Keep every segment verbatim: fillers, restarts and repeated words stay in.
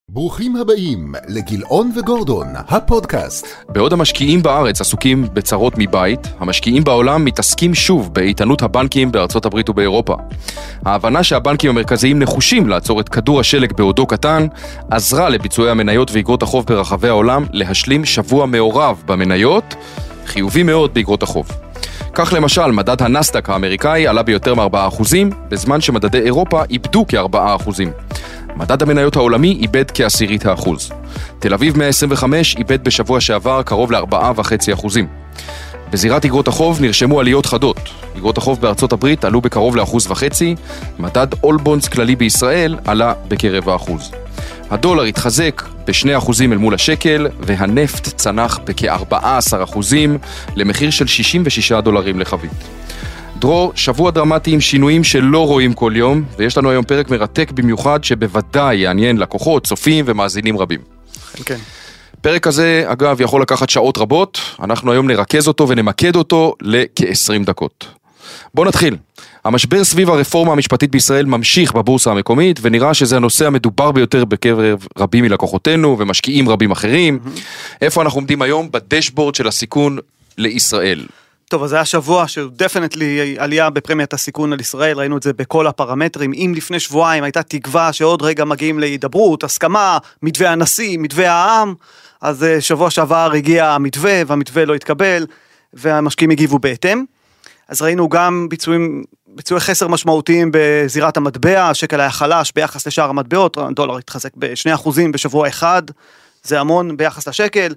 ברוכים הבאים לגילאון וגורדון, הפודקאסט. בעוד המשקיעים בארץ עסוקים בצרות מבית, המשקיעים בעולם מתעסקים שוב באיתנות הבנקים בארצות הברית ובאירופה. ההבנה שהבנקים המרכזיים נחושים לעצור את כדור השלג בעודו קטן, עזרה לביצועי המניות ואגרות החוב ברחבי העולם להשלים שבוע מעורב במניות, חיובי מאוד באגרות החוב. כך למשל, מדד הנסדק האמריקאי עלה ביותר מ-ארבעה אחוזים, בזמן שמדדי אירופה איבדו כ-ארבעה אחוזים. מדד המניות העולמי איבד כעשירית האחוז. תל אביב מאה עשרים וחמש איבד בשבוע שעבר קרוב ל-ארבעה וחצי אחוזים. בזירת אגרות החוב נרשמו עליות חדות. אגרות החוב בארצות הברית עלו בקרוב לאחוז וחצי, מדד אול בונדס כללי בישראל עלה בקרב האחוז. הדולר התחזק בשני אחוזים אל מול השקל, והנפט צנח בכ-ארבעה עשר אחוזים למחיר של שישים ושישה דולרים לחבית. דרור, שבוע דרמטי עם שינויים שלא רואים כל יום, ויש לנו היום פרק מרתק במיוחד שבוודאי יעניין לקוחות, צופים ומאזינים רבים. כן. פרק הזה, אגב, יכול לקחת שעות רבות, אנחנו היום נרכז אותו ונמקד אותו לכ-עשרים דקות. בואו נתחיל. המשבר סביב הרפורמה המשפטית בישראל ממשיך בבורסה המקומית, ונראה שזה הנושא המדובר ביותר בקרב רבים מלקוחותינו ומשקיעים רבים אחרים. Mm-hmm. איפה אנחנו עומדים היום? בדשבורד של הסיכון לישראל. טוב, אז זה היה שבוע שהוא דפנטלי עלייה בפרמיית הסיכון על ישראל, ראינו את זה בכל הפרמטרים. אם לפני שבועיים הייתה תקווה שעוד רגע מגיעים להידברות, הסכמה, מתווה הנשיא, מתווה העם, אז שבוע שעבר הגיע המתווה, והמתווה לא התקבל, והמשקיעים הגיבו בהתאם. אז ראינו גם ביצועים, ביצועי חסר משמעותיים בזירת המטבע, השקל היה חלש ביחס לשאר המטבעות, הדולר התחזק בשני אחוזים בשבוע אחד, זה המון ביחס לשקל.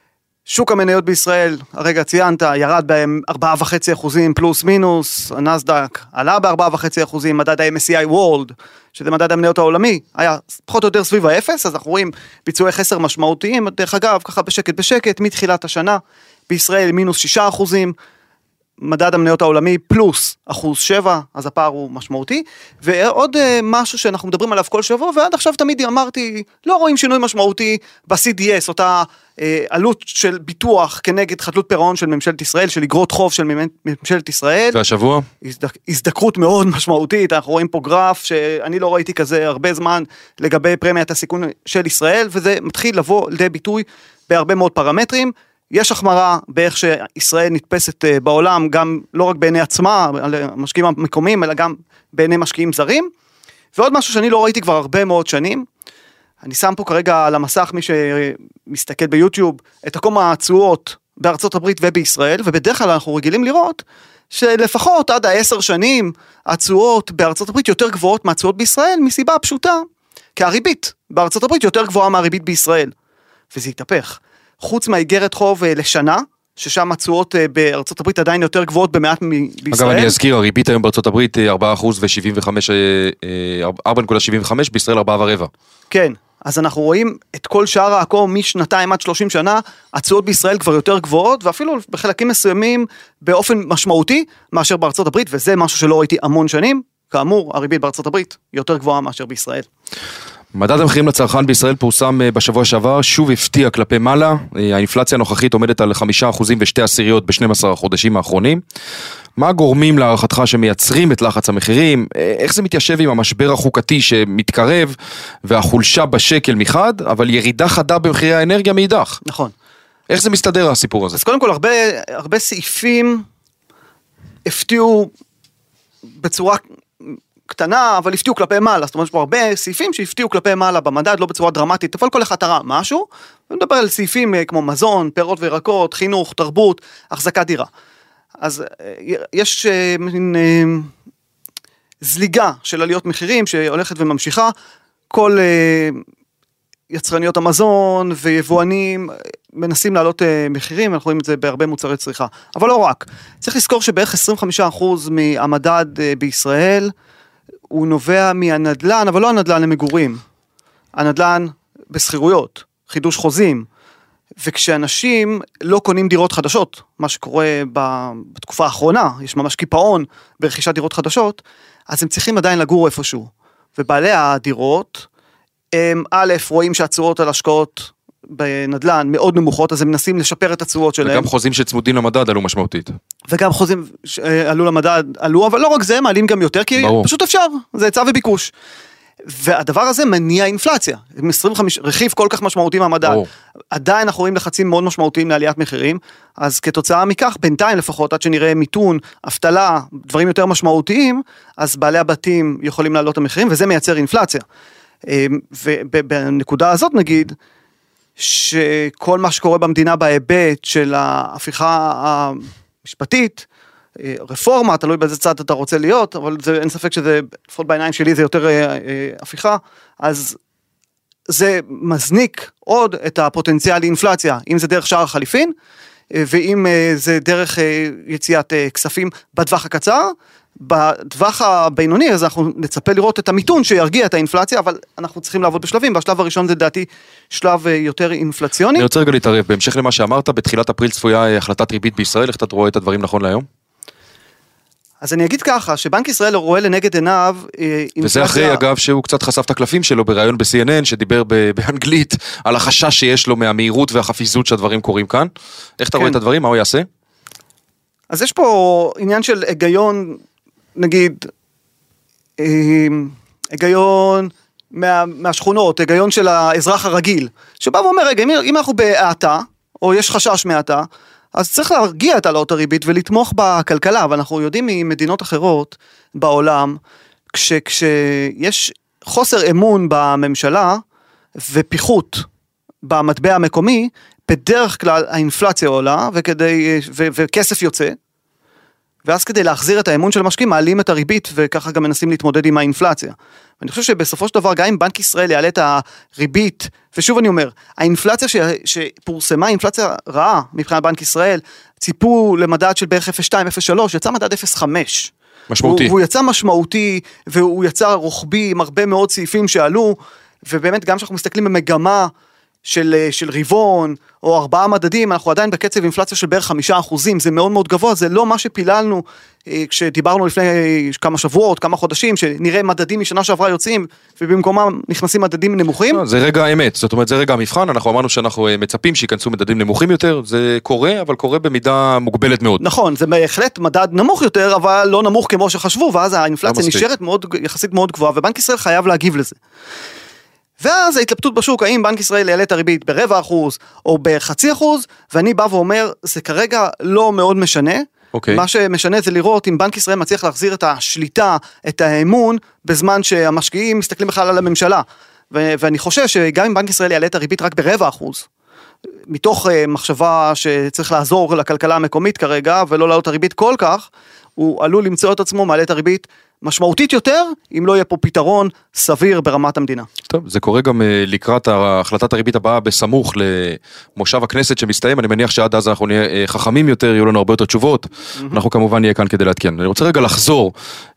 שוק המניות בישראל, הרגע ציינת, ירד בהם ארבעה וחצי אחוזים פלוס מינוס, הנסדק עלה בארבעה וחצי אחוזים, מדד ה-אם אס סי איי World, שזה מדד המניות העולמי, היה פחות או יותר סביב האפס, אז אנחנו רואים ביצועי חסר משמעותיים, דרך אגב, ככה בשקט בשקט, מתחילת השנה, בישראל מינוס שישה אחוזים, מדד המניות העולמי פלוס אחוז שבע, אז הפער הוא משמעותי, ועוד משהו שאנחנו מדברים עליו כל שבוע, ועד עכשיו תמיד אמרתי, לא רואים שינוי משמעותי ב-סי די אס, אותה אה, עלות של ביטוח כנגד חדלות פירעון של ממשלת ישראל, של אגרות חוב של ממשלת ישראל. והשבוע? הזדק, הזדקרות מאוד משמעותית, אנחנו רואים פה גרף שאני לא ראיתי כזה הרבה זמן לגבי פרמיית הסיכון של ישראל, וזה מתחיל לבוא לידי ביטוי בהרבה מאוד פרמטרים. יש החמרה באיך שישראל נתפסת בעולם, גם לא רק בעיני עצמה, משקיעים המקומיים, אלא גם בעיני משקיעים זרים. ועוד משהו שאני לא ראיתי כבר הרבה מאוד שנים, אני שם פה כרגע על המסך, מי שמסתכל ביוטיוב, את עקום התשואות בארצות הברית ובישראל, ובדרך כלל אנחנו רגילים לראות, שלפחות עד העשר שנים, התשואות בארצות הברית יותר גבוהות מהתשואות בישראל, מסיבה פשוטה, כי הריבית בארצות הברית יותר גבוהה מהריבית בישראל, וזה יתהפך. חוץ מהאיגרת חוב לשנה, ששם התשואות בארצות הברית עדיין יותר גבוהות במעט בישראל. אגב, אני אזכיר, הריבית היום בארצות הברית ארבעה אחוז ו-שבעים וחמש, ארבע נקודה שבעים וחמש, בישראל ארבעה ורבע. כן, אז אנחנו רואים את כל שאר העקום משנתיים עד שלושים שנה, התשואות בישראל כבר יותר גבוהות, ואפילו בחלקים מסוימים באופן משמעותי, מאשר בארצות הברית, וזה משהו שלא ראיתי המון שנים. כאמור, הריבית בארצות הברית יותר גבוהה מאשר בישראל. מדד המחירים לצרכן בישראל פורסם בשבוע שעבר, שוב הפתיע כלפי מעלה, האינפלציה הנוכחית עומדת על חמישה אחוזים ושתי עשיריות ב-שנים עשר החודשים האחרונים. מה הגורמים להערכתך שמייצרים את לחץ המחירים? איך זה מתיישב עם המשבר החוקתי שמתקרב, והחולשה בשקל מחד, אבל ירידה חדה במחירי האנרגיה מאידך? נכון. איך זה מסתדר הסיפור הזה? אז קודם כל, הרבה, הרבה סעיפים הפתיעו בצורה קטנה, אבל הפתיעו כלפי מעלה, זאת אומרת, יש פה הרבה סעיפים שהפתיעו כלפי מעלה במדד, לא בצורה דרמטית, אבל כל אחד תראה משהו, ונדבר על סעיפים כמו מזון, פירות וירקות, חינוך, תרבות, החזקת דירה. אז יש מין זליגה של עליות מחירים שהולכת וממשיכה, כל יצרניות המזון ויבואנים מנסים לעלות מחירים, אנחנו רואים את זה בהרבה מוצרי צריכה, אבל לא רק. צריך לזכור שבערך עשרים וחמישה אחוז מהמדד בישראל, הוא נובע מהנדלן, אבל לא הנדלן למגורים, הנדלן בסחירויות, חידוש חוזים, וכשאנשים לא קונים דירות חדשות, מה שקורה בתקופה האחרונה, יש ממש קיפאון ברכישת דירות חדשות, אז הם צריכים עדיין לגור איפשהו, ובעלי הדירות, הם א', רואים שהתשואות על השקעות בנדלן מאוד נמוכות, אז הם מנסים לשפר את התשואות שלהם. וגם חוזים שצמודים למדד עלו משמעותית. וגם חוזים עלו למדד, עלו, אבל לא רק זה, מעלים גם יותר, כי ברור. פשוט אפשר, זה היצע וביקוש. והדבר הזה מניע אינפלציה, עשרים וחמישה רכיב כל כך משמעותי מהמדד, עדיין אנחנו רואים לחצים מאוד משמעותיים לעליית מחירים, אז כתוצאה מכך, בינתיים לפחות, עד שנראה מיתון, אבטלה, דברים יותר משמעותיים, אז בעלי הבתים יכולים לעלות את המחירים, וזה מייצר אינפלציה. ובנקודה הזאת נגיד, שכל מה שקורה במדינה בהיבט של ההפיכה המשפטית, רפורמה, תלוי באיזה צד אתה רוצה להיות, אבל זה, אין ספק שזה, לפחות בעיניים שלי זה יותר אה, אה, הפיכה, אז זה מזניק עוד את הפוטנציאל לאינפלציה, אם זה דרך שער החליפין, אה, ואם אה, זה דרך אה, יציאת אה, כספים בטווח הקצר, בטווח הבינוני, אז אנחנו נצפה לראות את המיתון שירגיע את האינפלציה, אבל אנחנו צריכים לעבוד בשלבים, והשלב הראשון זה דעתי שלב יותר אינפלציוני. אני רוצה רגע להתערב, בהמשך למה שאמרת, בתחילת אפריל צפויה החלטת ריבית בישראל, איך אתה רואה את הדברים נכון להיום? אז אני אגיד ככה, שבנק ישראל רואה לנגד עיניו אינפלציה... וזה אחרי, אגב, שהוא קצת חשף את הקלפים שלו בראיון ב-סי אן אן, שדיבר באנגלית על החשש שיש לו מהמהירות והחפיזות שהדברים קורים כאן. איך אתה רואה את הדברים? מה הוא יעשה? אז יש פה עניין של היגיון, נגיד, היגיון מה, מהשכונות, היגיון של האזרח הרגיל, שבא ואומר, רגע, אם אנחנו בהאטה, או יש חשש מהאטה, אז צריך להרגיע את העלאות הריבית ולתמוך בכלכלה, ואנחנו יודעים ממדינות אחרות בעולם, כש, כשיש חוסר אמון בממשלה ופיחות במטבע המקומי, בדרך כלל האינפלציה עולה וכדי, ו, וכסף יוצא, ואז כדי להחזיר את האמון של המשקיעים, מעלים את הריבית וככה גם מנסים להתמודד עם האינפלציה. ואני חושב שבסופו של דבר, גם אם בנק ישראל יעלה את הריבית, ושוב אני אומר, האינפלציה ש... שפורסמה, אינפלציה רעה מבחינת בנק ישראל, ציפו למדד של בערך אפס נקודה שתיים אפס נקודה שלוש, יצא מדד אפס נקודה חמש. משמעותי. הוא, והוא יצא משמעותי, והוא יצא רוחבי עם הרבה מאוד סעיפים שעלו, ובאמת גם שאנחנו מסתכלים במגמה של, של ריבון, או ארבעה מדדים, אנחנו עדיין בקצב אינפלציה של בערך חמישה אחוזים, זה מאוד מאוד גבוה, זה לא מה שפיללנו, כשדיברנו לפני כמה שבועות, כמה חודשים, שנראה מדדים משנה שעברה יוצאים, ובמקומם נכנסים מדדים נמוכים. זה רגע האמת, זאת אומרת, זה רגע המבחן, אנחנו אמרנו שאנחנו מצפים שיכנסו מדדים נמוכים יותר, זה קורה, אבל קורה במידה מוגבלת מאוד. נכון, זה בהחלט מדד נמוך יותר, אבל לא נמוך כמו שחשבו, ואז האינפלציה נשארת מאוד, יחסית מאוד גבוהה, ובנק ישראל חייב להגיב לזה. ואז ההתלבטות בשוק, האם בנק ישראל יעלה את הריבית ברבע אחוז או בחצי אחוז, ואני בא ואומר, זה כרגע לא מאוד משנה, okay. מה שמשנה זה לראות אם בנק ישראל מצליח להחזיר את השליטה, את האמון, בזמן שהמשקיעים מסתכלים בכלל על הממשלה, ו- ואני חושב שגם אם בנק ישראל יעלה את הריבית רק ברבע אחוז, מתוך uh, מחשבה שצריך לעזור לכלכלה המקומית כרגע, ולא לעלות את הריבית כל כך, הוא עלול למצוא את עצמו, מעלה את הריבית משמעותית יותר, אם לא יהיה פה פתרון סביר ברמת המדינה. טוב, זה קורה גם לקראת החלטת הריבית הבאה בסמוך למושב הכנסת שמסתיים, אני מניח שעד אז אנחנו נהיה חכמים יותר, יהיו לנו הרבה יותר תשובות, mm-hmm. אנחנו כמובן נהיה כאן כדי להתקן. אני רוצה רגע לחזור,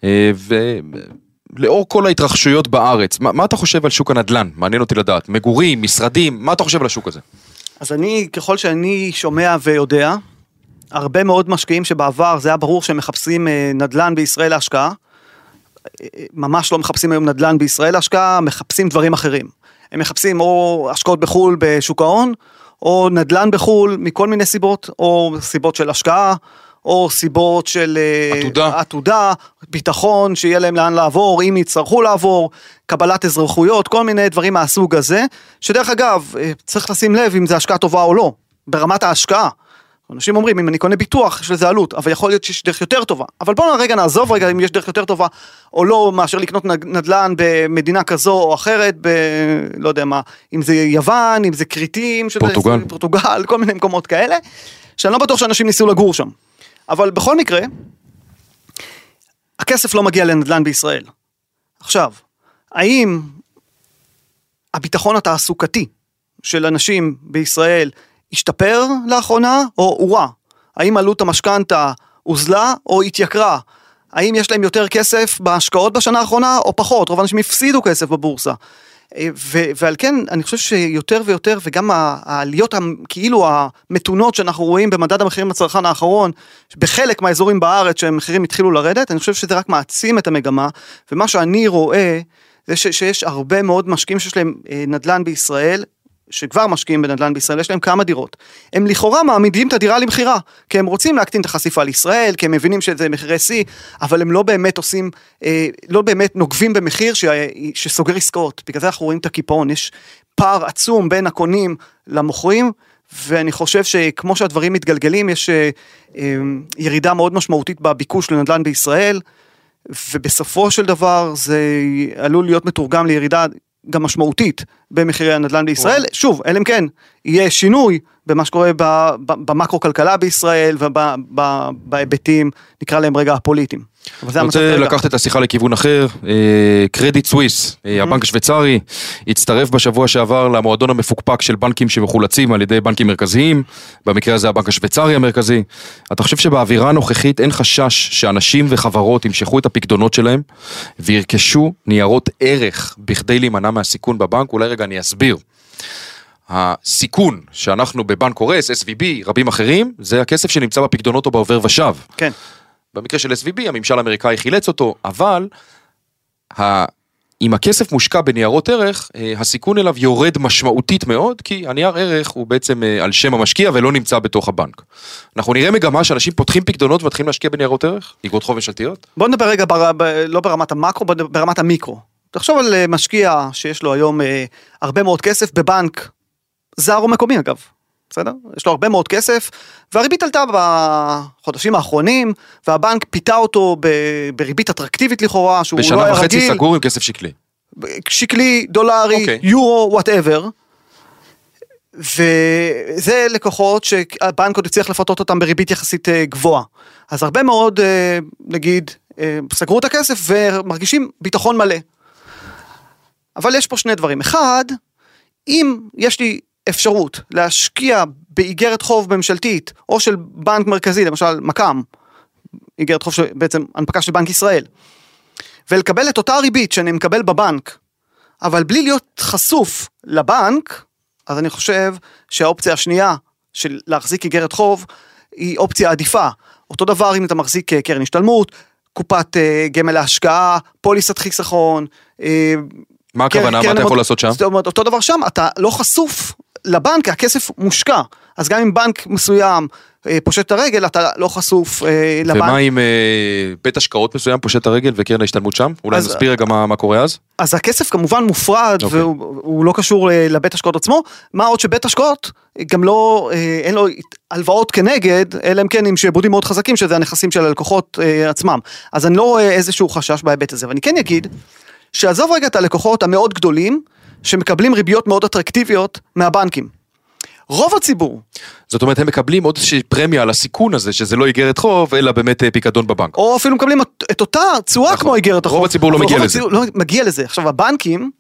ולאור כל ההתרחשויות בארץ, מה, מה אתה חושב על שוק הנדל"ן? מעניין אותי לדעת, מגורים, משרדים, מה אתה חושב על השוק הזה? אז אני, ככל שאני שומע ויודע, הרבה מאוד משקיעים שבעבר זה היה ברור שהם מחפשים נדל"ן בישראל להשקעה, ממש לא מחפשים היום נדל"ן בישראל להשקעה, מחפשים דברים אחרים. הם מחפשים או השקעות בחול בשוק ההון, או נדל"ן בחול מכל מיני סיבות, או סיבות של השקעה, או סיבות של עתודה, עתודה, ביטחון, שיהיה להם לאן לעבור, אם יצטרכו לעבור, קבלת אזרחויות, כל מיני דברים מהסוג הזה, שדרך אגב, צריך לשים לב אם זה השקעה טובה או לא, ברמת ההשקעה. אנשים אומרים, אם אני קונה ביטוח, יש לזה עלות, אבל יכול להיות שיש דרך יותר טובה. אבל בואו רגע נעזוב רגע אם יש דרך יותר טובה, או לא, מאשר לקנות נדל"ן במדינה כזו או אחרת, ב... לא יודע מה, אם זה יוון, אם זה קריטים, פורטוגל. שזה, פורטוגל, כל מיני מקומות כאלה, שאני לא בטוח שאנשים ניסו לגור שם. אבל בכל מקרה, הכסף לא מגיע לנדל"ן בישראל. עכשיו, האם הביטחון התעסוקתי של אנשים בישראל השתפר לאחרונה או הורע? האם עלות המשכנתה הוזלה או התייקרה? האם יש להם יותר כסף בהשקעות בשנה האחרונה או פחות? רוב האנשים הפסידו כסף בבורסה. ו- ועל כן אני חושב שיותר ויותר, וגם העליות כאילו המתונות שאנחנו רואים במדד המחירים לצרכן האחרון, בחלק מהאזורים בארץ שהמחירים התחילו לרדת, אני חושב שזה רק מעצים את המגמה, ומה שאני רואה זה ש- שיש הרבה מאוד משקיעים שיש להם נדל"ן בישראל, שכבר משקיעים בנדל"ן בישראל, יש להם כמה דירות. הם לכאורה מעמידים את הדירה למחירה, כי הם רוצים להקטין את החשיפה לישראל, כי הם מבינים שזה מחירי C, אבל הם לא באמת עושים, לא באמת נוגבים במחיר ש, שסוגר עסקאות. בגלל זה אנחנו רואים את הקיפאון, יש פער עצום בין הקונים למוכרים, ואני חושב שכמו שהדברים מתגלגלים, יש ירידה מאוד משמעותית בביקוש לנדל"ן בישראל, ובסופו של דבר זה עלול להיות מתורגם לירידה גם משמעותית במחירי הנדל"ן בישראל. שוב, אלא אם כן, יהיה שינוי במה שקורה במקרו-כלכלה בישראל, ובהיבטים, נקרא להם רגע, הפוליטיים. אני רוצה לקחת את השיחה לכיוון אחר. קרדיט סוויס, הבנק השוויצרי, הצטרף בשבוע שעבר למועדון המפוקפק של בנקים שמחולצים על ידי בנקים מרכזיים, במקרה הזה הבנק השוויצרי המרכזי. אתה חושב שבאווירה הנוכחית אין חשש שאנשים וחברות ימשכו את הפקדונות שלהם, וירכשו ניירות ערך בכדי להימנע מהסיכון בבנק? אולי רגע אני אסביר. הסיכון שאנחנו בבנק קורס, אס וי בי, רבים אחרים, זה הכסף שנמצא בפקדונות או בעובר ושב. כן. במקרה של אס וי בי, הממשל האמריקאי חילץ אותו, אבל ה... אם הכסף מושקע בניירות ערך, הסיכון אליו יורד משמעותית מאוד, כי הנייר ערך הוא בעצם על שם המשקיע ולא נמצא בתוך הבנק. אנחנו נראה מגמה שאנשים פותחים פקדונות ומתחילים להשקיע בניירות ערך, איגרות חוב ממשלתיות. בוא נדבר רגע, בר... לא ברמת המקרו, ברמת המיקרו. תחשוב על משקיע שיש לו היום הרבה מאוד כסף בבנק, זר או מקומי אגב, בסדר? יש לו הרבה מאוד כסף, והריבית עלתה בחודשים האחרונים, והבנק פיתה אותו בריבית אטרקטיבית לכאורה, שהוא לא היה רגיל. בשנה וחצי סגור עם כסף שקלי. שקלי, דולרי, okay. יורו, whatever. וזה לקוחות שהבנק עוד הצליח לפתות אותם בריבית יחסית גבוהה. אז הרבה מאוד, נגיד, סגרו את הכסף ומרגישים ביטחון מלא. אבל יש פה שני דברים. אחד, אם יש לי אפשרות להשקיע באיגרת חוב ממשלתית, או של בנק מרכזי, למשל מקם, איגרת חוב שבעצם הנפקה של בנק ישראל, ולקבל את אותה ריבית שאני מקבל בבנק, אבל בלי להיות חשוף לבנק, אז אני חושב שהאופציה השנייה של להחזיק איגרת חוב, היא אופציה עדיפה. אותו דבר אם אתה מחזיק קרן השתלמות, קופת גמל להשקעה, פוליסת חיסכון, מה הכוונה? מה אתה יכול לעשות שם? אותו דבר שם, אתה לא חשוף לבנק, הכסף מושקע. אז גם אם בנק מסוים פושט את הרגל, אתה לא חשוף לבנק. ומה אם בית השקעות מסוים פושט את הרגל וקרן ההשתלמות שם? אולי נסביר רגע מה קורה אז? אז הכסף כמובן מופרד, והוא לא קשור לבית השקעות עצמו. מה עוד שבית השקעות גם לא, אין לו הלוואות כנגד, אלא אם כן עם שעבודים מאוד חזקים, שזה הנכסים של הלקוחות עצמם. אז אני לא רואה איזשהו חשש בהיבט הזה. ואני כן אגיד, שעזוב רגע את הלקוחות המאוד גדולים, שמקבלים ריביות מאוד אטרקטיביות מהבנקים. רוב הציבור. זאת אומרת, הם מקבלים עוד איזושהי פרמיה על הסיכון הזה, שזה לא איגרת חוב, אלא באמת פיקדון בבנק. או אפילו מקבלים את אותה צורה כמו איגרת החוב. רוב הציבור לא מגיע לזה. לא מגיע לזה. עכשיו, הבנקים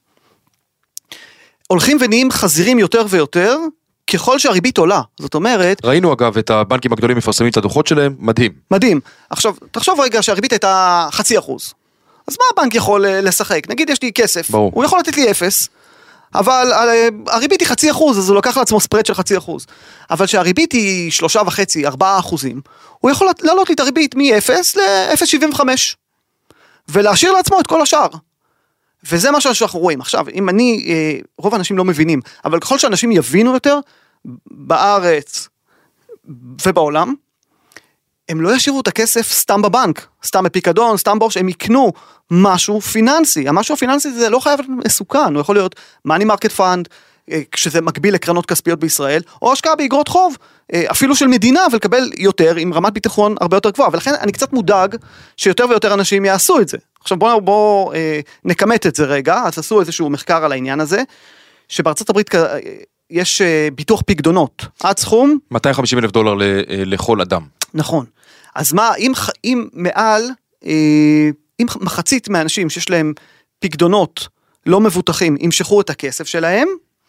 הולכים ונהיים חזירים יותר ויותר, ככל שהריבית עולה. זאת אומרת... ראינו אגב את הבנקים הגדולים מפרסמים את הדוחות שלהם, מדהים. מדהים. עכשיו, תחשוב רגע שהריבית הייתה חצי אחוז. אז מה הבנק יכול לשחק? נגיד יש לי כסף, ברור. הוא יכול לתת לי אפס, אבל הריבית היא חצי אחוז, אז הוא לוקח לעצמו ספרד של חצי אחוז. אבל שהריבית היא שלושה וחצי, ארבעה אחוזים, הוא יכול לעלות לי את הריבית מ-אפס ל-אפס נקודה שבעים וחמש, ולהשאיר לעצמו את כל השאר. וזה מה שאנחנו רואים. עכשיו, אם אני, רוב האנשים לא מבינים, אבל ככל שאנשים יבינו יותר, בארץ ובעולם, הם לא ישאירו את הכסף סתם בבנק, סתם בפיקדון, סתם בורש, הם יקנו משהו פיננסי. המשהו הפיננסי זה לא חייב להיות מסוכן, הוא יכול להיות money market fund, כשזה מקביל לקרנות כספיות בישראל, או השקעה באיגרות חוב, אפילו של מדינה, ולקבל יותר עם רמת ביטחון הרבה יותר גבוהה. ולכן אני קצת מודאג שיותר ויותר אנשים יעשו את זה. עכשיו בואו בוא, נקמת את זה רגע, אז עשו איזשהו מחקר על העניין הזה, שבארצות הברית יש ביטוח פקדונות, עד סכום מאתיים וחמישים אלף דולר לכל אדם. נכון. אז מה, אם, אם מעל, אם מחצית מהאנשים שיש להם פקדונות לא מבוטחים, ימשכו את הכסף שלהם,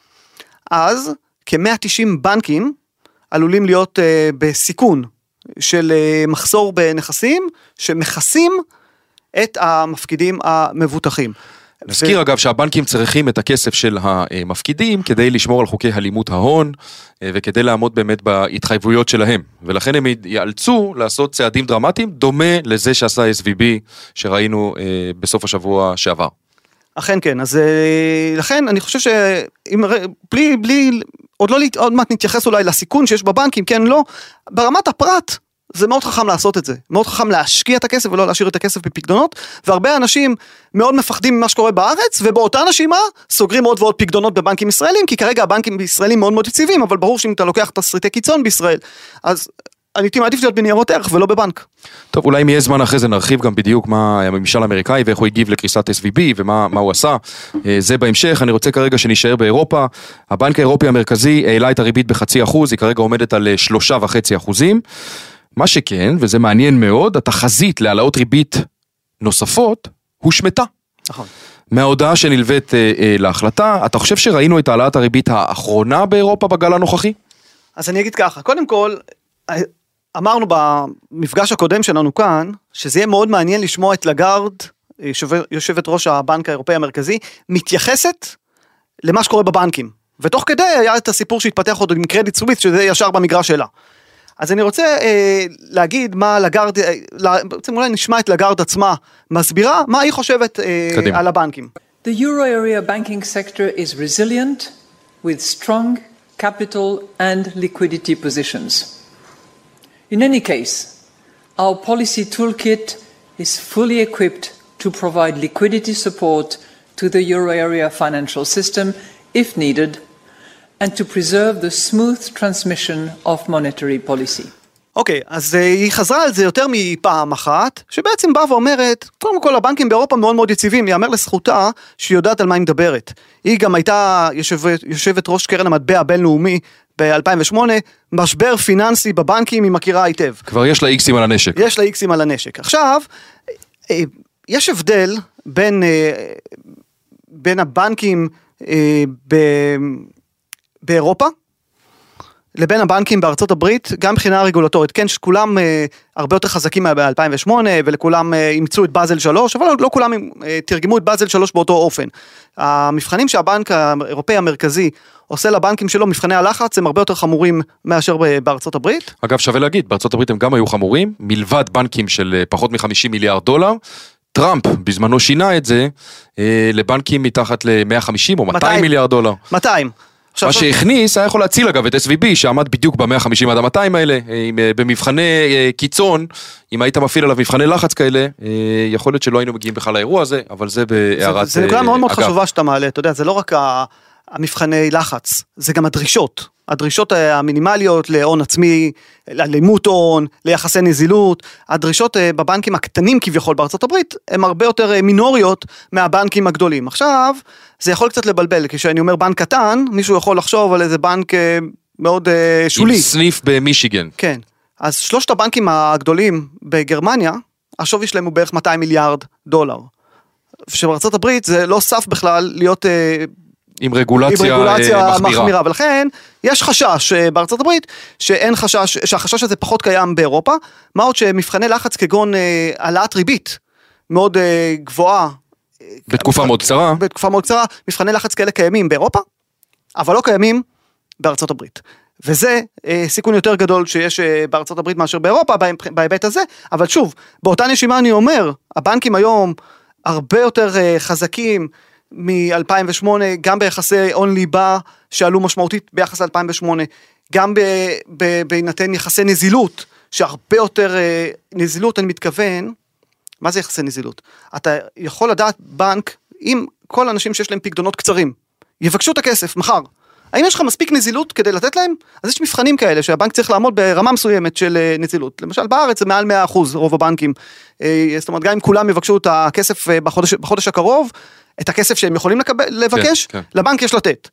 אז כ-מאה ותשעים בנקים עלולים להיות בסיכון של מחסור בנכסים, שמכסים את המפקידים המבוטחים. נזכיר ו... אגב שהבנקים צריכים את הכסף של המפקידים כדי לשמור על חוקי הלימות ההון וכדי לעמוד באמת בהתחייבויות שלהם, ולכן הם יאלצו לעשות צעדים דרמטיים דומה לזה שעשה אס וי בי שראינו בסוף השבוע שעבר. אכן כן, אז לכן אני חושב שאם, בלי, בלי, עוד לא, עוד מעט נתייחס אולי לסיכון שיש בבנקים, כן, לא, ברמת הפרט, זה מאוד חכם לעשות את זה, מאוד חכם להשקיע את הכסף ולא להשאיר את הכסף בפקדונות, והרבה אנשים מאוד מפחדים ממה שקורה בארץ, ובאותה נשימה סוגרים עוד ועוד פקדונות בבנקים ישראלים, כי כרגע הבנקים בישראלים מאוד מאוד יציבים, אבל ברור שאם אתה לוקח את תסריטי קיצון בישראל, אז אני מעדיף להיות בניירות ערך ולא בבנק. טוב, אולי אם יהיה זמן אחרי זה נרחיב גם בדיוק מה הממשל האמריקאי ואיך הוא הגיב לקריסת אס וי בי ומה מה הוא עשה. זה בהמשך. אני רוצה כרגע שנשאר באירופה. הבנק האירופי המרכזי העלה את הריבית בחצי אחוז, היא כרגע עומדת על שלושה וחצי אחוזים. מה שכן, וזה מעניין מאוד, התחזית להעלאות ריבית נוספות הושמטה. נכון. מההודעה שנלווית אה, אה, להחלטה, אתה חושב שראינו את העלאת הריבית האחרונה באירופה בגל הנוכחי? אז אני אגיד ככה, קודם כל, אמרנו במפגש הקודם שלנו כאן, שזה יהיה מאוד מעניין לשמוע את לגארד, יושבת, יושבת ראש הבנק האירופאי המרכזי, מתייחסת למה שקורה בבנקים. ותוך כדי היה את הסיפור שהתפתח עוד עם קרדיט סוויס, שזה ישר במגרש שלה. אז אני רוצה אה, להגיד מה לגארד, אה, בעצם אולי נשמע את לגארד עצמה, מסבירה מה היא חושבת אה, על הבנקים. The euro area banking sector is resilient with strong capital and liquidity positions. In any case, our policy toolkit is fully equipped to provide liquidity support to the euro area financial system if needed and to preserve the smooth transmission of monetary policy. אוקיי, okay, אז היא חזרה על זה יותר מפעם אחת, שבעצם באה ואומרת, קודם כל הבנקים באירופה מאוד מאוד יציבים, יאמר לזכותה שהיא יודעת על מה היא מדברת. היא גם הייתה יושבת, יושבת ראש קרן המטבע הבינלאומי ב-אלפיים ושמונה, משבר פיננסי בבנקים היא מכירה היטב. כבר יש לה איקסים על הנשק. יש לה איקסים על הנשק. עכשיו, יש הבדל בין, בין הבנקים ב... באירופה, לבין הבנקים בארצות הברית, גם מבחינה רגולטורית, כן, שכולם אה, הרבה יותר חזקים ב-אלפיים ושמונה, ולכולם אה, אימצו את באזל שלוש, אבל לא כולם אה, תרגמו את באזל שלוש באותו אופן. המבחנים שהבנק האירופאי המרכזי עושה לבנקים שלו, מבחני הלחץ, הם הרבה יותר חמורים מאשר בארצות הברית. אגב, שווה להגיד, בארצות הברית הם גם היו חמורים, מלבד בנקים של פחות מ-חמישים מיליארד דולר, טראמפ בזמנו שינה את זה, אה, לבנקים מתחת ל-מאה וחמישים או מאתיים מיליארד דולר. מאתיים. מה שהכניס, היה יכול להציל אגב את אס וי בי, שעמד בדיוק ב-מאה וחמישים עד ה-מאתיים האלה, במבחני קיצון, אם היית מפעיל עליו מבחני לחץ כאלה, יכול להיות שלא היינו מגיעים בכלל לאירוע הזה, אבל זה בהערת אגב. זה נקודה מאוד מאוד חשובה שאתה מעלה, אתה יודע, זה לא רק המבחני לחץ, זה גם הדרישות, הדרישות המינימליות להון עצמי, ללימות הון, ליחסי נזילות, הדרישות בבנקים הקטנים כביכול בארצות הברית, הן הרבה יותר מינוריות מהבנקים הגדולים. עכשיו, זה יכול קצת לבלבל, כשאני אומר בנק קטן, מישהו יכול לחשוב על איזה בנק מאוד שולי. עם סניף במישיגן. כן, אז שלושת הבנקים הגדולים בגרמניה, השווי שלהם הוא בערך מאתיים מיליארד דולר. שבארצות הברית זה לא סף בכלל להיות... עם רגולציה, עם רגולציה מחמירה. מחמירה, ולכן יש חשש בארצות הברית, שאין חשש, שהחשש הזה פחות קיים באירופה, מה עוד שמבחני לחץ כגון אה, העלאת ריבית, מאוד אה, גבוהה, בתקופה מאוד קצרה, בתקופה מאוד קצרה, מבחני לחץ כאלה קיימים באירופה, אבל לא קיימים בארצות הברית. וזה אה, סיכון יותר גדול שיש אה, בארצות הברית מאשר באירופה, בהיבט הזה, אבל שוב, באותה נשימה אני אומר, הבנקים היום הרבה יותר אה, חזקים, מ-אלפיים ושמונה, גם ביחסי הון ליבה שעלו משמעותית ביחס ל-אלפיים ושמונה, גם בהינתן יחסי נזילות, שהרבה יותר נזילות, אני מתכוון, מה זה יחסי נזילות? אתה יכול לדעת בנק, אם כל האנשים שיש להם פקדונות קצרים, יבקשו את הכסף מחר, האם יש לך מספיק נזילות כדי לתת להם? אז יש מבחנים כאלה שהבנק צריך לעמוד ברמה מסוימת של נזילות. למשל בארץ זה מעל מאה אחוז רוב הבנקים. זאת אומרת, גם אם כולם יבקשו את הכסף בחודש, בחודש הקרוב, את הכסף שהם יכולים לקבל, לבקש, כן, כן. לבנק יש לתת.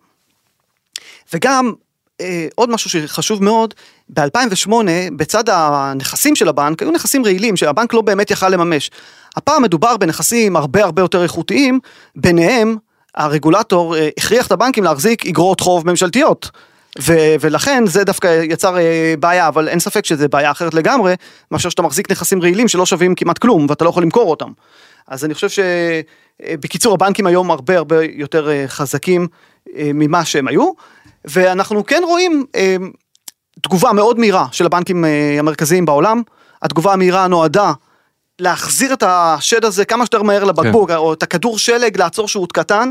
וגם אה, עוד משהו שחשוב מאוד, ב-אלפיים ושמונה, בצד הנכסים של הבנק, היו נכסים רעילים שהבנק לא באמת יכל לממש. הפעם מדובר בנכסים הרבה הרבה יותר איכותיים, ביניהם הרגולטור אה, הכריח את הבנקים להחזיק אגרות חוב ממשלתיות. ו- ולכן זה דווקא יצר אה, בעיה, אבל אין ספק שזה בעיה אחרת לגמרי, מאשר שאתה מחזיק נכסים רעילים שלא שווים כמעט כלום, ואתה לא יכול למכור אותם. אז אני חושב שבקיצור הבנקים היום הרבה הרבה יותר חזקים ממה שהם היו, ואנחנו כן רואים תגובה מאוד מהירה של הבנקים המרכזיים בעולם, התגובה המהירה נועדה להחזיר את השד הזה כמה שיותר מהר לבקבוק, או את הכדור שלג לעצור שהוא קטן,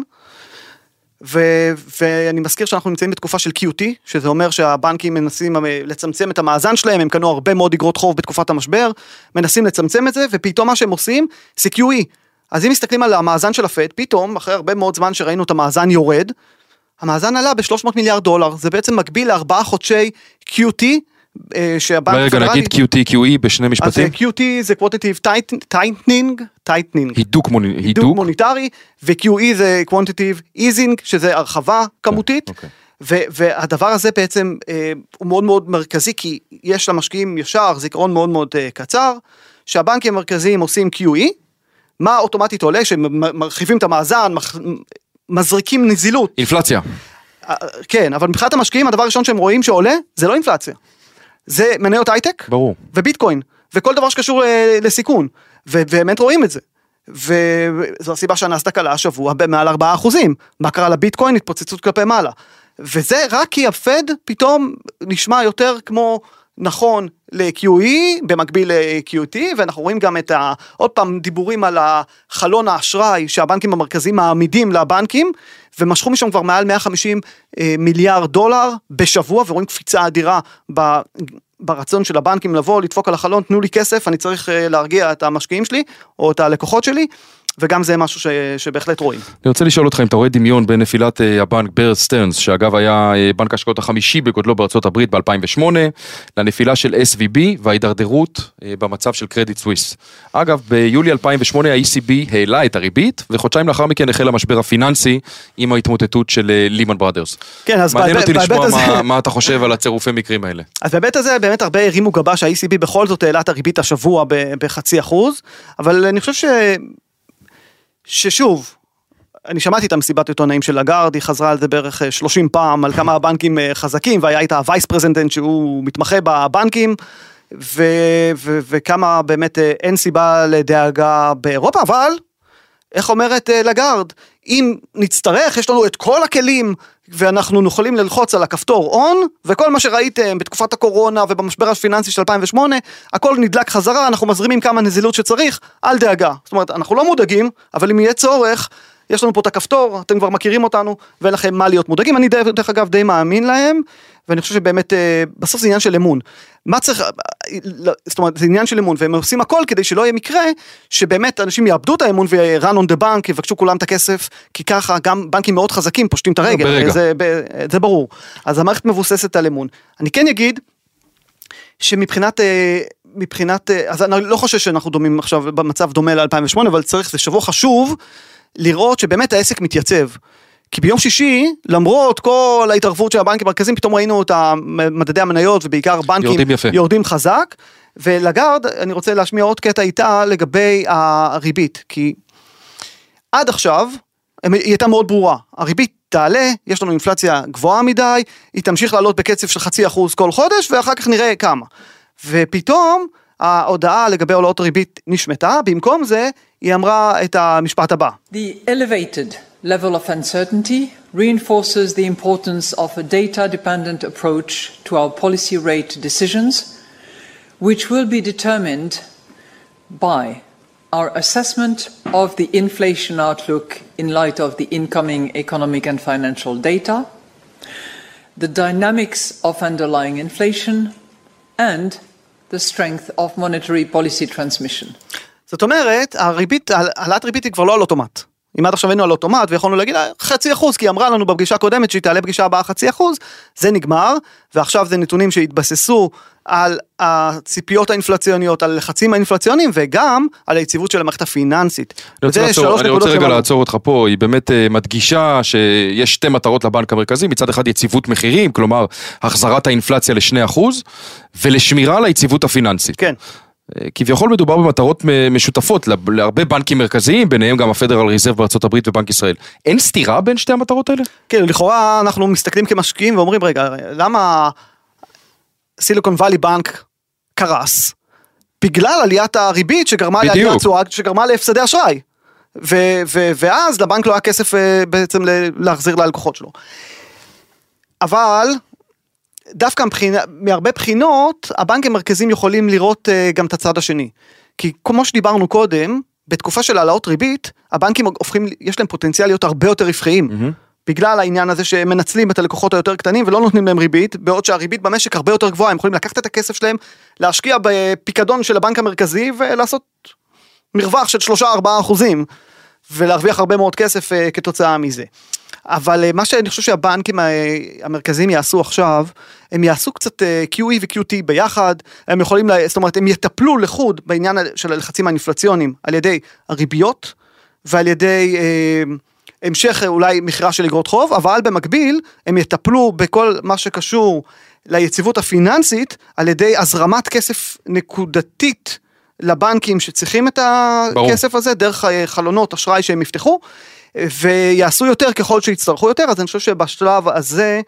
ו- ואני מזכיר שאנחנו נמצאים בתקופה של קיו טי, שזה אומר שהבנקים מנסים לצמצם את המאזן שלהם, הם קנו הרבה מאוד אגרות חוב בתקופת המשבר, מנסים לצמצם את זה, ופתאום מה שהם עושים, זה קיו אי. אז אם מסתכלים על המאזן של הפד, פתאום, אחרי הרבה מאוד זמן שראינו את המאזן יורד, המאזן עלה ב-שלוש מאות מיליארד דולר, זה בעצם מקביל לארבעה חודשי קיו טי, שהבנק רגע, נגיד קיו טי, קיו אי בשני משפטים. אז קיו טי זה quantitative tightening, tightening. הידוק, הידוק מוניטרי, ו-קיו אי זה quantitative easing, שזה הרחבה כמותית, אוקיי. והדבר הזה בעצם הוא מאוד מאוד מרכזי, כי יש למשקיעים ישר זיכרון מאוד מאוד קצר, שהבנקים המרכזיים עושים קיו אי, מה אוטומטית עולה, שמרחיבים את המאזן, מזריקים נזילות. אינפלציה. כן, אבל מבחינת המשקיעים, הדבר הראשון שהם רואים שעולה, זה לא אינפלציה. זה מניות הייטק, ברור. וביטקוין, וכל דבר שקשור לסיכון, ובאמת רואים את זה. וזו הסיבה שהנסדק עלה השבוע במעל ארבעה אחוזים. מה קרה לביטקוין? התפוצצות כלפי מעלה. וזה רק כי הפד פתאום נשמע יותר כמו נכון ל-קיו אי, במקביל ל-קיו טי, ואנחנו רואים גם את ה... עוד פעם דיבורים על החלון האשראי שהבנקים המרכזיים מעמידים לבנקים, ומשכו משם כבר מעל מאה וחמישים מיליארד דולר בשבוע, ורואים קפיצה אדירה ב... ברצון של הבנקים לבוא, לדפוק על החלון, תנו לי כסף, אני צריך להרגיע את המשקיעים שלי, או את הלקוחות שלי, וגם זה משהו ש, שבהחלט רואים. אני רוצה לשאול אותך אם אתה רואה דמיון בין נפילת הבנק בר סטרנס, שאגב היה בנק ההשקעות החמישי בגודלו בארצות הברית ב-אלפיים ושמונה, לנפילה של אס וי בי וההידרדרות במצב של קרדיט סוויס. אגב, ביולי אלפיים ושמונה ה-אי סי בי העלה את הריבית, וחודשיים לאחר מכן החל המשבר הפיננסי עם ההתמוטטות של לימן בראדרס. כן, אז מעניין אותי לשמוע הזה... מה, מה אתה חושב על הצירופי מקרים האלה. אז בהיבט הזה באמת הרבה הרימו גבה שה-אי סי בי בכל זאת העלה את הריבית השבוע בחצי אחוז, אבל אני חושב ש... ששוב, אני שמעתי את המסיבת עיתונאים של לגארד, היא חזרה על זה בערך שלושים פעם, על כמה הבנקים חזקים, והיה איתה הווייס פרזידנט שהוא מתמחה בבנקים, ו- ו- וכמה באמת אין סיבה לדאגה באירופה, אבל, איך אומרת לגארד, אם נצטרך, יש לנו את כל הכלים, ואנחנו יכולים ללחוץ על הכפתור און, וכל מה שראיתם בתקופת הקורונה ובמשבר הפיננסי של אלפיים ושמונה, הכל נדלק חזרה, אנחנו מזרימים כמה נזילות שצריך, אל דאגה. זאת אומרת, אנחנו לא מודאגים, אבל אם יהיה צורך, יש לנו פה את הכפתור, אתם כבר מכירים אותנו, ואין לכם מה להיות מודאגים. אני דרך אגב די מאמין להם, ואני חושב שבאמת, בסוף זה עניין של אמון. מה צריך, זאת אומרת, זה עניין של אמון, והם עושים הכל כדי שלא יהיה מקרה, שבאמת אנשים יאבדו את האמון ו-run on the bank, יבקשו כולם את הכסף, כי ככה גם בנקים מאוד חזקים פושטים את הרגל, זה, זה ברור. אז המערכת מבוססת על אמון. אני כן אגיד, שמבחינת, מבחינת, אז אני לא חושב שאנחנו דומים עכשיו במצב דומה ל-אלפיים ושמונה, אבל צריך, זה שבוע חשוב, לראות שבאמת העסק מתייצב. כי ביום שישי, למרות כל ההתערבות של הבנקים המרכזיים, פתאום ראינו את מדדי המניות, ובעיקר בנקים יורדים, יפה. יורדים חזק, ולגארד, אני רוצה להשמיע עוד קטע איתה, לגבי הריבית, כי עד עכשיו, היא הייתה מאוד ברורה, הריבית תעלה, יש לנו אינפלציה גבוהה מדי, היא תמשיך לעלות בקצב של חצי אחוז כל חודש, ואחר כך נראה כמה. ופתאום, ההודעה לגבי עולאות ריבית נשמטה, במקום זה, היא אמרה את המשפט הבא. The elevated level of uncertainty reinforces the importance of a data-dependent approach to our policy rate decisions, which will be determined by our assessment of the inflation outlook in light of the incoming economic and financial data, the dynamics of underlying inflation, and the strength of monetary policy transmission. זאת אומרת, הריבית, העלאת ריבית היא כבר לא על אוטומט. אם עד עכשיו היינו על אוטומט, ויכולנו להגיד חצי אחוז, כי היא אמרה לנו בפגישה הקודמת שהיא תעלה פגישה הבאה חצי אחוז, זה נגמר, ועכשיו זה נתונים שהתבססו על הציפיות האינפלציוניות, על לחצים האינפלציוניים, וגם על היציבות של המערכת הפיננסית. אני רוצה, לעצור, אני רוצה רגע לעצור אותך פה, היא באמת מדגישה שיש שתי מטרות לבנק המרכזי, מצד אחד יציבות מחירים, כלומר, החזרת האינפלציה לשני אחוז, ולשמירה על היציבות הפיננסית. כן. כביכול מדובר במטרות משותפות להרבה בנקים מרכזיים, ביניהם גם הפדרל ריזרב בארצות הברית ובנק ישראל. אין סתירה בין שתי המטרות האלה? כן, לכאורה אנחנו מסתכלים כמשקיעים ואומרים, רגע, למה סיליקון ואלי בנק קרס? בגלל עליית הריבית שגרמה לעליית תשואה, שגרמה להפסדי אשראי. ו- ו- ואז לבנק לא היה כסף בעצם להחזיר ללקוחות שלו. אבל דווקא מבחינה, מהרבה בחינות, הבנקים המרכזיים יכולים לראות uh, גם את הצד השני. כי כמו שדיברנו קודם, בתקופה של העלאות ריבית, הבנקים הופכים, יש להם פוטנציאל להיות הרבה יותר רווחיים, mm-hmm. בגלל העניין הזה שמנצלים את הלקוחות היותר קטנים, ולא נותנים להם ריבית, בעוד שהריבית במשק הרבה יותר גבוהה, הם יכולים לקחת את הכסף שלהם, להשקיע בפיקדון של הבנק המרכזי, ולעשות מרווח של שלושה ארבעה אחוזים, ולהרוויח הרבה מאוד כסף כתוצאה מזה. אבל מה שאני חושב שהבנקים המרכזיים יעשו עכשיו, הם יעשו קצת קיו אי ו-קיו טי ביחד, הם יכולים, זאת אומרת, הם יטפלו לחוד בעניין של הלחצים האינפלציוניים, על ידי הריביות, ועל ידי אה, המשך אולי מחירה של אגרות חוב, אבל במקביל, הם יטפלו בכל מה שקשור ליציבות הפיננסית, על ידי הזרמת כסף נקודתית לבנקים שצריכים את הכסף ברור. הזה, דרך חלונות אשראי שהם יפתחו, ויעשו יותר ככל שיצטרכו יותר, אז אני חושב שבשלב הזה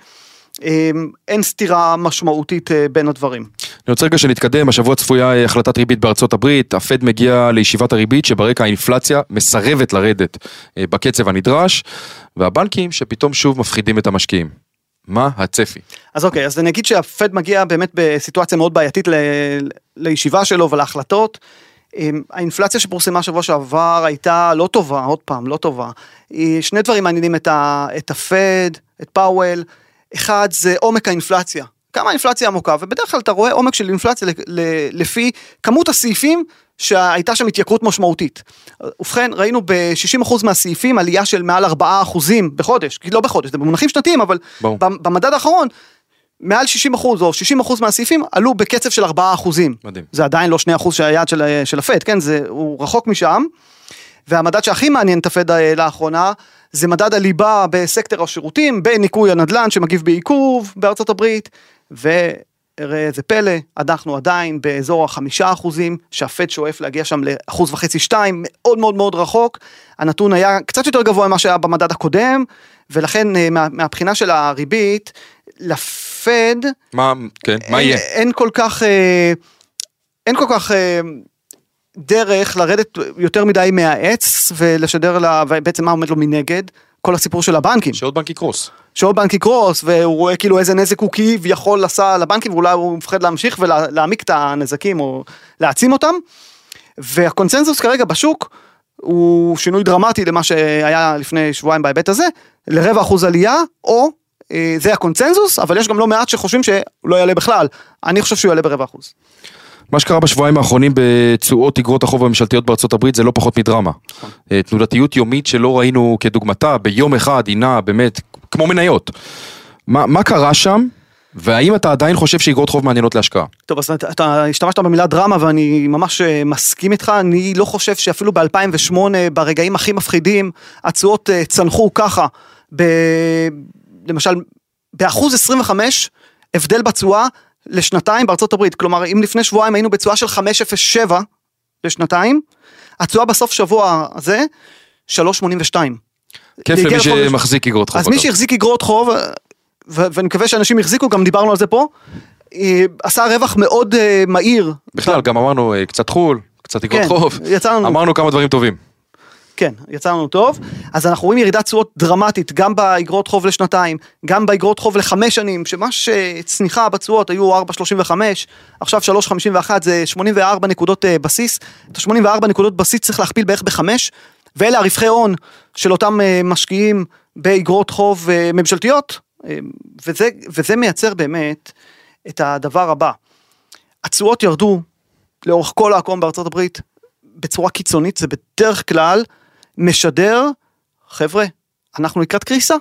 אין סתירה משמעותית בין הדברים. אני רוצה רגע שנתקדם, השבוע צפויה החלטת ריבית בארצות הברית, הפד מגיע לישיבת הריבית שברקע האינפלציה מסרבת לרדת בקצב הנדרש, והבנקים שפתאום שוב מפחידים את המשקיעים. מה הצפי? אז אוקיי, אז אני אגיד שהפד מגיע באמת בסיטואציה מאוד בעייתית ל... לישיבה שלו ולהחלטות, האינפלציה שפורסמה שבוע שעבר הייתה לא טובה, עוד פעם, לא טובה. שני דברים מעניינים את, ה, את הפד, את פאוול. אחד זה עומק האינפלציה. כמה האינפלציה עמוקה, ובדרך כלל אתה רואה עומק של אינפלציה לפי כמות הסעיפים שהייתה שם התייקרות משמעותית. ובכן, ראינו ב-שישים אחוז מהסעיפים עלייה של מעל ארבעה אחוזים בחודש, כי לא בחודש, זה במונחים שנתיים, אבל בוא. במדד האחרון, מעל שישים אחוז או שישים אחוז מהסעיפים עלו בקצב של ארבעה אחוזים. מדהים. זה עדיין לא שני אחוז שהיעד של, של הפד, כן? זה, הוא רחוק משם. והמדד שהכי מעניין את הפד לאחרונה, זה מדד הליבה בסקטור השירותים, בניקוי הנדל"ן שמגיב בעיכוב בארצות הברית, וראה איזה פלא, אנחנו עדיין באזור החמישה אחוזים, שהפד שואף להגיע שם לאחוז וחצי שתיים, מאוד מאוד מאוד רחוק. הנתון היה קצת יותר גבוה ממה שהיה במדד הקודם, ולכן מה, מהבחינה של הריבית, לפד, מה, כן, אין, מה יהיה? אין כל כך, אין כל כך דרך לרדת יותר מדי מהעץ, ולשדר לה, ובעצם מה עומד לו מנגד, כל הסיפור של הבנקים. שעוד בנק יקרוס. שעוד בנק יקרוס, והוא רואה כאילו איזה נזק הוא כביכול עשה לבנקים, ואולי הוא מפחד להמשיך ולהעמיק את הנזקים, או להעצים אותם, והקונצנזוס כרגע בשוק, הוא שינוי דרמטי למה שהיה לפני שבועיים בהיבט הזה, לרבע אחוז עלייה, או זה הקונצנזוס, אבל יש גם לא מעט שחושבים שהוא לא יעלה בכלל. אני חושב שהוא יעלה ברבע אחוז. מה שקרה בשבועיים האחרונים בתשואות אגרות החוב הממשלתיות בארצות הברית זה לא פחות מדרמה. תנודתיות יומית שלא ראינו כדוגמתה, ביום אחד הינה באמת כמו מניות. מה, מה קרה שם? והאם אתה עדיין חושב שאגרות חוב מעניינות להשקעה? טוב, אז אתה, אתה השתמשת במילה דרמה, ואני ממש מסכים איתך, אני לא חושב שאפילו ב-אלפיים ושמונה, ברגעים הכי מפחידים, התשואות צנחו ככה, ב... למשל, באחוז עשרים וחמש, הבדל בתשואה לשנתיים בארצות הברית, כלומר, אם לפני שבועיים היינו בתשואה של חמש נקודה אפס שבע לשנתיים, התשואה בסוף שבוע הזה, שלוש נקודה שמונים ושתיים. כיף למי שמחזיק אגרות חוב. אז מי שהחזיק אגרות חוב, ואני מקווה שאנשים יחזיקו, גם דיברנו על זה פה, עשה רווח מאוד מהיר. בכלל, גם אמרנו קצת חול, קצת אגרות חוב, אמרנו כמה דברים טובים. כן, יצא לנו טוב, אז אנחנו רואים ירידת תשואות דרמטית, גם באגרות חוב לשנתיים, גם באגרות חוב לחמש שנים, שמש צניחה בתשואות היו ארבע נקודה שלושים וחמש, עכשיו שלוש נקודה חמישים ואחת, זה שמונים וארבע נקודות בסיס, את ה-שמונים וארבע נקודות בסיס צריך להכפיל בערך בחמש, ואלה הרווחי הון של אותם משקיעים באגרות חוב ממשלתיות, וזה, וזה מייצר באמת את הדבר הבא. התשואות ירדו לאורך כל העקום בארצות הברית, בצורה קיצונית, זה בדרך כלל משדר, חבר'ה, אנחנו לקראת קריסה.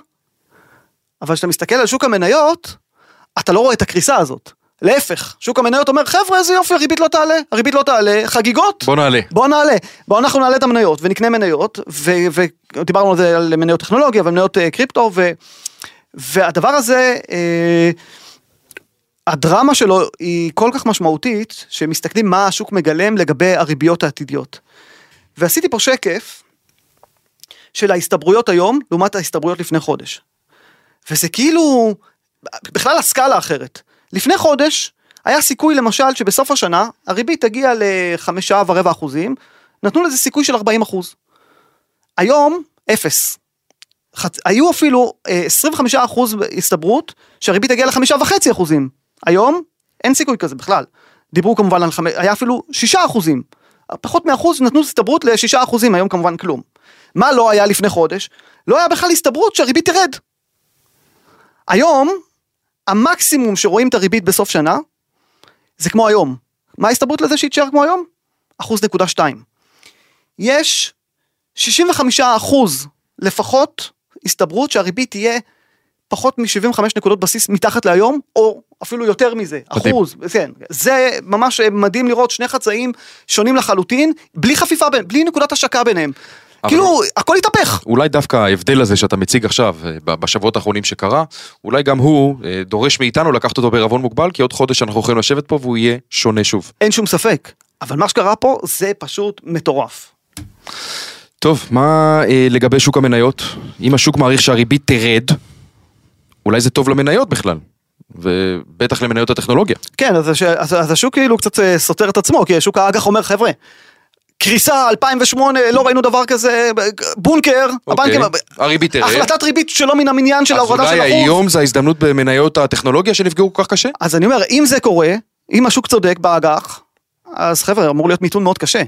אבל כשאתה מסתכל על שוק המניות, אתה לא רואה את הקריסה הזאת. להפך, שוק המניות אומר, חבר'ה, איזה יופי, הריבית לא תעלה, הריבית לא תעלה, חגיגות. בוא נעלה. בוא נעלה. בוא אנחנו נעלה את המניות, ונקנה מניות, ודיברנו על זה על מניות טכנולוגיה, ומניות קריפטו, ו... והדבר הזה, הדרמה שלו היא כל כך משמעותית, שמסתכלים מה השוק מגלם לגבי הריביות העתידיות. ועשיתי פה שקף, של ההסתברויות היום, לעומת ההסתברויות לפני חודש. וזה כאילו, בכלל הסקאלה אחרת. לפני חודש, היה סיכוי למשל, שבסוף השנה, הריבית תגיע לחמישה ורבע אחוזים, נתנו לזה סיכוי של ארבעים אחוז. היום, אפס. חצ... היו אפילו עשרים וחמישה אחוז הסתברות, שהריבית תגיע לחמישה וחצי אחוזים. היום, אין סיכוי כזה בכלל. דיברו כמובן על חמש... היה אפילו שישה אחוזים. פחות מאחוז נתנו הסתברות לשישה אחוזים, היום כמובן כלום. מה לא היה לפני חודש? לא היה בכלל הסתברות שהריבית תרד. היום, המקסימום שרואים את הריבית בסוף שנה, זה כמו היום. מה ההסתברות לזה שהיא תשאר כמו היום? אחוז נקודה שתיים. יש שישים וחמישה אחוז לפחות הסתברות שהריבית תהיה פחות מ-שבעים וחמש נקודות בסיס מתחת להיום, או אפילו יותר מזה, אחוז, כן. זה ממש מדהים לראות שני חצאים שונים לחלוטין, בלי חפיפה, בלי נקודת השקה ביניהם. כאילו, הכל יתהפך. אולי דווקא ההבדל הזה שאתה מציג עכשיו, בשבועות האחרונים שקרה, אולי גם הוא דורש מאיתנו לקחת אותו בערבון מוגבל, כי עוד חודש אנחנו יכולים לשבת פה והוא יהיה שונה שוב. אין שום ספק, אבל מה שקרה פה זה פשוט מטורף. טוב, מה אה, לגבי שוק המניות? אם השוק מעריך שהריבית תרד, אולי זה טוב למניות בכלל, ובטח למניות הטכנולוגיה. כן, אז, אז, אז השוק כאילו קצת סותר את עצמו, כי השוק האג"ח אומר, חבר'ה, קריסה אלפיים ושמונה, לא ראינו דבר כזה, בונקר, אוקיי. הבנקים, הריבית תרד. החלטת ריבית שלא מן המניין של ההורדה של אחוז. אז אולי היום זה ההזדמנות במניות הטכנולוגיה שנפגעו כל כך קשה? אז אני אומר, אם זה קורה, אם השוק צודק באג"ח, אז חבר'ה, אמור להיות מיתון מאוד קשה.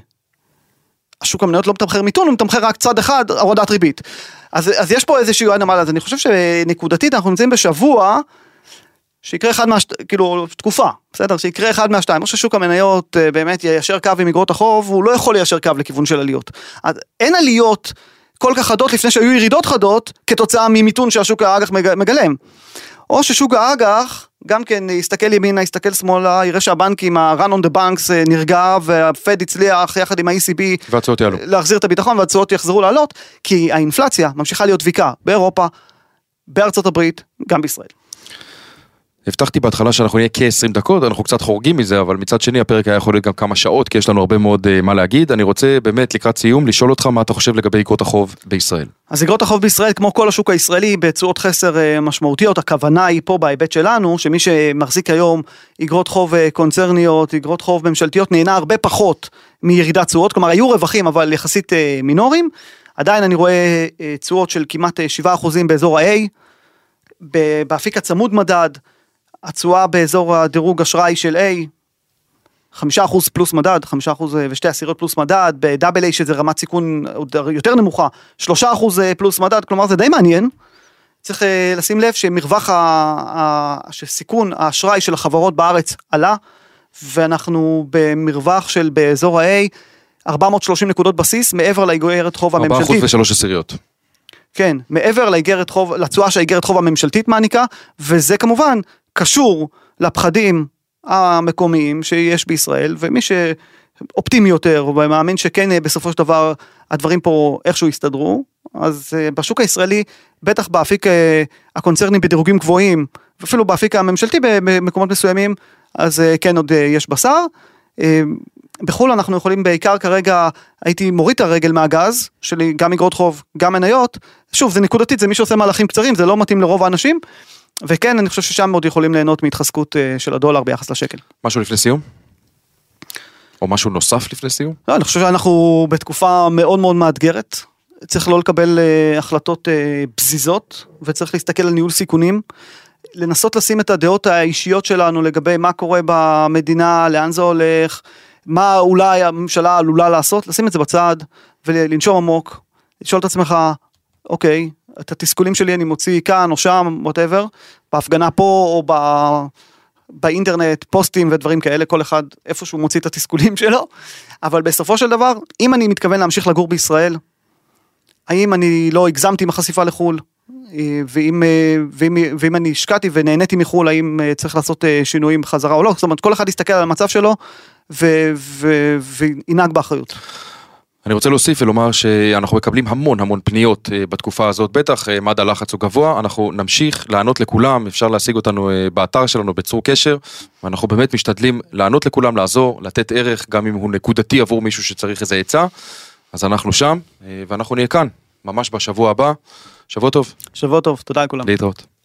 השוק המניות לא מתמחר מיתון, הוא מתמחר רק צד אחד, הורדת ריבית. אז, אז יש פה איזשהו הנמל, אז אני חושב שנקודתית אנחנו נמצאים בשבוע, שיקרה אחד מהשת... כאילו, תקופה, בסדר? שיקרה אחד מהשתיים, או ששוק המניות באמת יישר קו עם אגרות החוב, הוא לא יכול ליישר קו לכיוון של עליות. אז אין עליות כל כך חדות לפני שהיו ירידות חדות, כתוצאה ממיתון שהשוק האג"ח מגלם. או ששוק האג"ח, גם כן יסתכל ימינה, יסתכל שמאלה, יראה שהבנקים, ה-run on the banks נרגע, והפד הצליח יחד עם ה-E C B, והצעות יעלו. להחזיר את הביטחון, והצעות יחזרו לעלות, כי האינפלציה ממשיכה להיות דביקה באירופה, בארצות הברית, גם בישראל. הבטחתי בהתחלה שאנחנו נהיה כ-עשרים דקות, אנחנו קצת חורגים מזה, אבל מצד שני הפרק היה יכול להיות גם כמה שעות, כי יש לנו הרבה מאוד uh, מה להגיד. אני רוצה באמת לקראת סיום לשאול אותך מה אתה חושב לגבי אגרות החוב בישראל. אז אגרות החוב בישראל, כמו כל השוק הישראלי, בתשואות חסר uh, משמעותיות, הכוונה היא פה בהיבט שלנו, שמי שמחזיק היום אגרות חוב uh, קונצרניות, אגרות חוב ממשלתיות, נהנה הרבה פחות מירידת תשואות, כלומר היו רווחים אבל יחסית uh, מינוריים, עדיין אני רואה uh, תשואות של כמעט uh, שבעה אחוזים באזור ה-A, באפיק הצמוד מדד, התשואה באזור הדירוג אשראי של A, חמישה אחוז פלוס מדד, חמישה אחוז ושתי עשיריות פלוס מדד, ב-דאבל איי שזה רמת סיכון יותר נמוכה, שלושה אחוז פלוס מדד, כלומר זה די מעניין, צריך לשים לב שמרווח הסיכון, האשראי של החברות בארץ עלה, ואנחנו במרווח של באזור ה-A, ארבע מאות ושלושים נקודות בסיס, מעבר לאיגרת חוב הממשלתית. ארבעה אחוז ושלוש עשיריות. כן, מעבר לאיגרת חוב, לתשואה שהאיגרת חוב הממשלתית מעניקה, וזה כמובן קשור לפחדים המקומיים שיש בישראל, ומי שאופטימי יותר, ומאמין שכן בסופו של דבר הדברים פה איכשהו יסתדרו, אז בשוק הישראלי, בטח באפיק הקונצרנים בדירוגים גבוהים, ואפילו באפיק הממשלתי במקומות מסוימים, אז כן עוד יש בשר. בחול אנחנו יכולים בעיקר כרגע, הייתי מוריד את הרגל מהגז, שלי גם אגרות חוב, גם מניות, שוב זה נקודתית, זה מי שעושה מהלכים קצרים, זה לא מתאים לרוב האנשים, וכן אני חושב ששם מאוד יכולים ליהנות מהתחזקות של הדולר ביחס לשקל. משהו לפני סיום? או משהו נוסף לפני סיום? לא, אני חושב שאנחנו בתקופה מאוד מאוד מאתגרת, צריך לא לקבל החלטות בזיזות, וצריך להסתכל על ניהול סיכונים, לנסות לשים את הדעות האישיות שלנו לגבי מה קורה במדינה, לאן זה הולך, מה אולי הממשלה עלולה לעשות, לשים את זה בצד, ולנשום עמוק, לשאול את עצמך, אוקיי, את התסכולים שלי אני מוציא כאן או שם, whatever, בהפגנה פה או ב... באינטרנט, פוסטים ודברים כאלה, כל אחד איפה שהוא מוציא את התסכולים שלו, אבל בסופו של דבר, אם אני מתכוון להמשיך לגור בישראל, האם אני לא הגזמתי מחשיפה לחול, ואם, ואם, ואם אני השקעתי ונהניתי מחול, האם צריך לעשות שינויים בחזרה או לא, זאת אומרת, כל אחד יסתכל על המצב שלו, ו, ו, וינהג באחריות. אני רוצה להוסיף ולומר שאנחנו מקבלים המון המון פניות בתקופה הזאת, בטח מד הלחץ הוא גבוה, אנחנו נמשיך לענות לכולם, אפשר להשיג אותנו באתר שלנו בצור קשר, ואנחנו באמת משתדלים לענות לכולם, לעזור, לתת ערך, גם אם הוא נקודתי עבור מישהו שצריך איזה עצה, אז אנחנו שם, ואנחנו נהיה כאן, ממש בשבוע הבא, שבוע טוב. שבוע טוב, תודה לכולם. להתראות.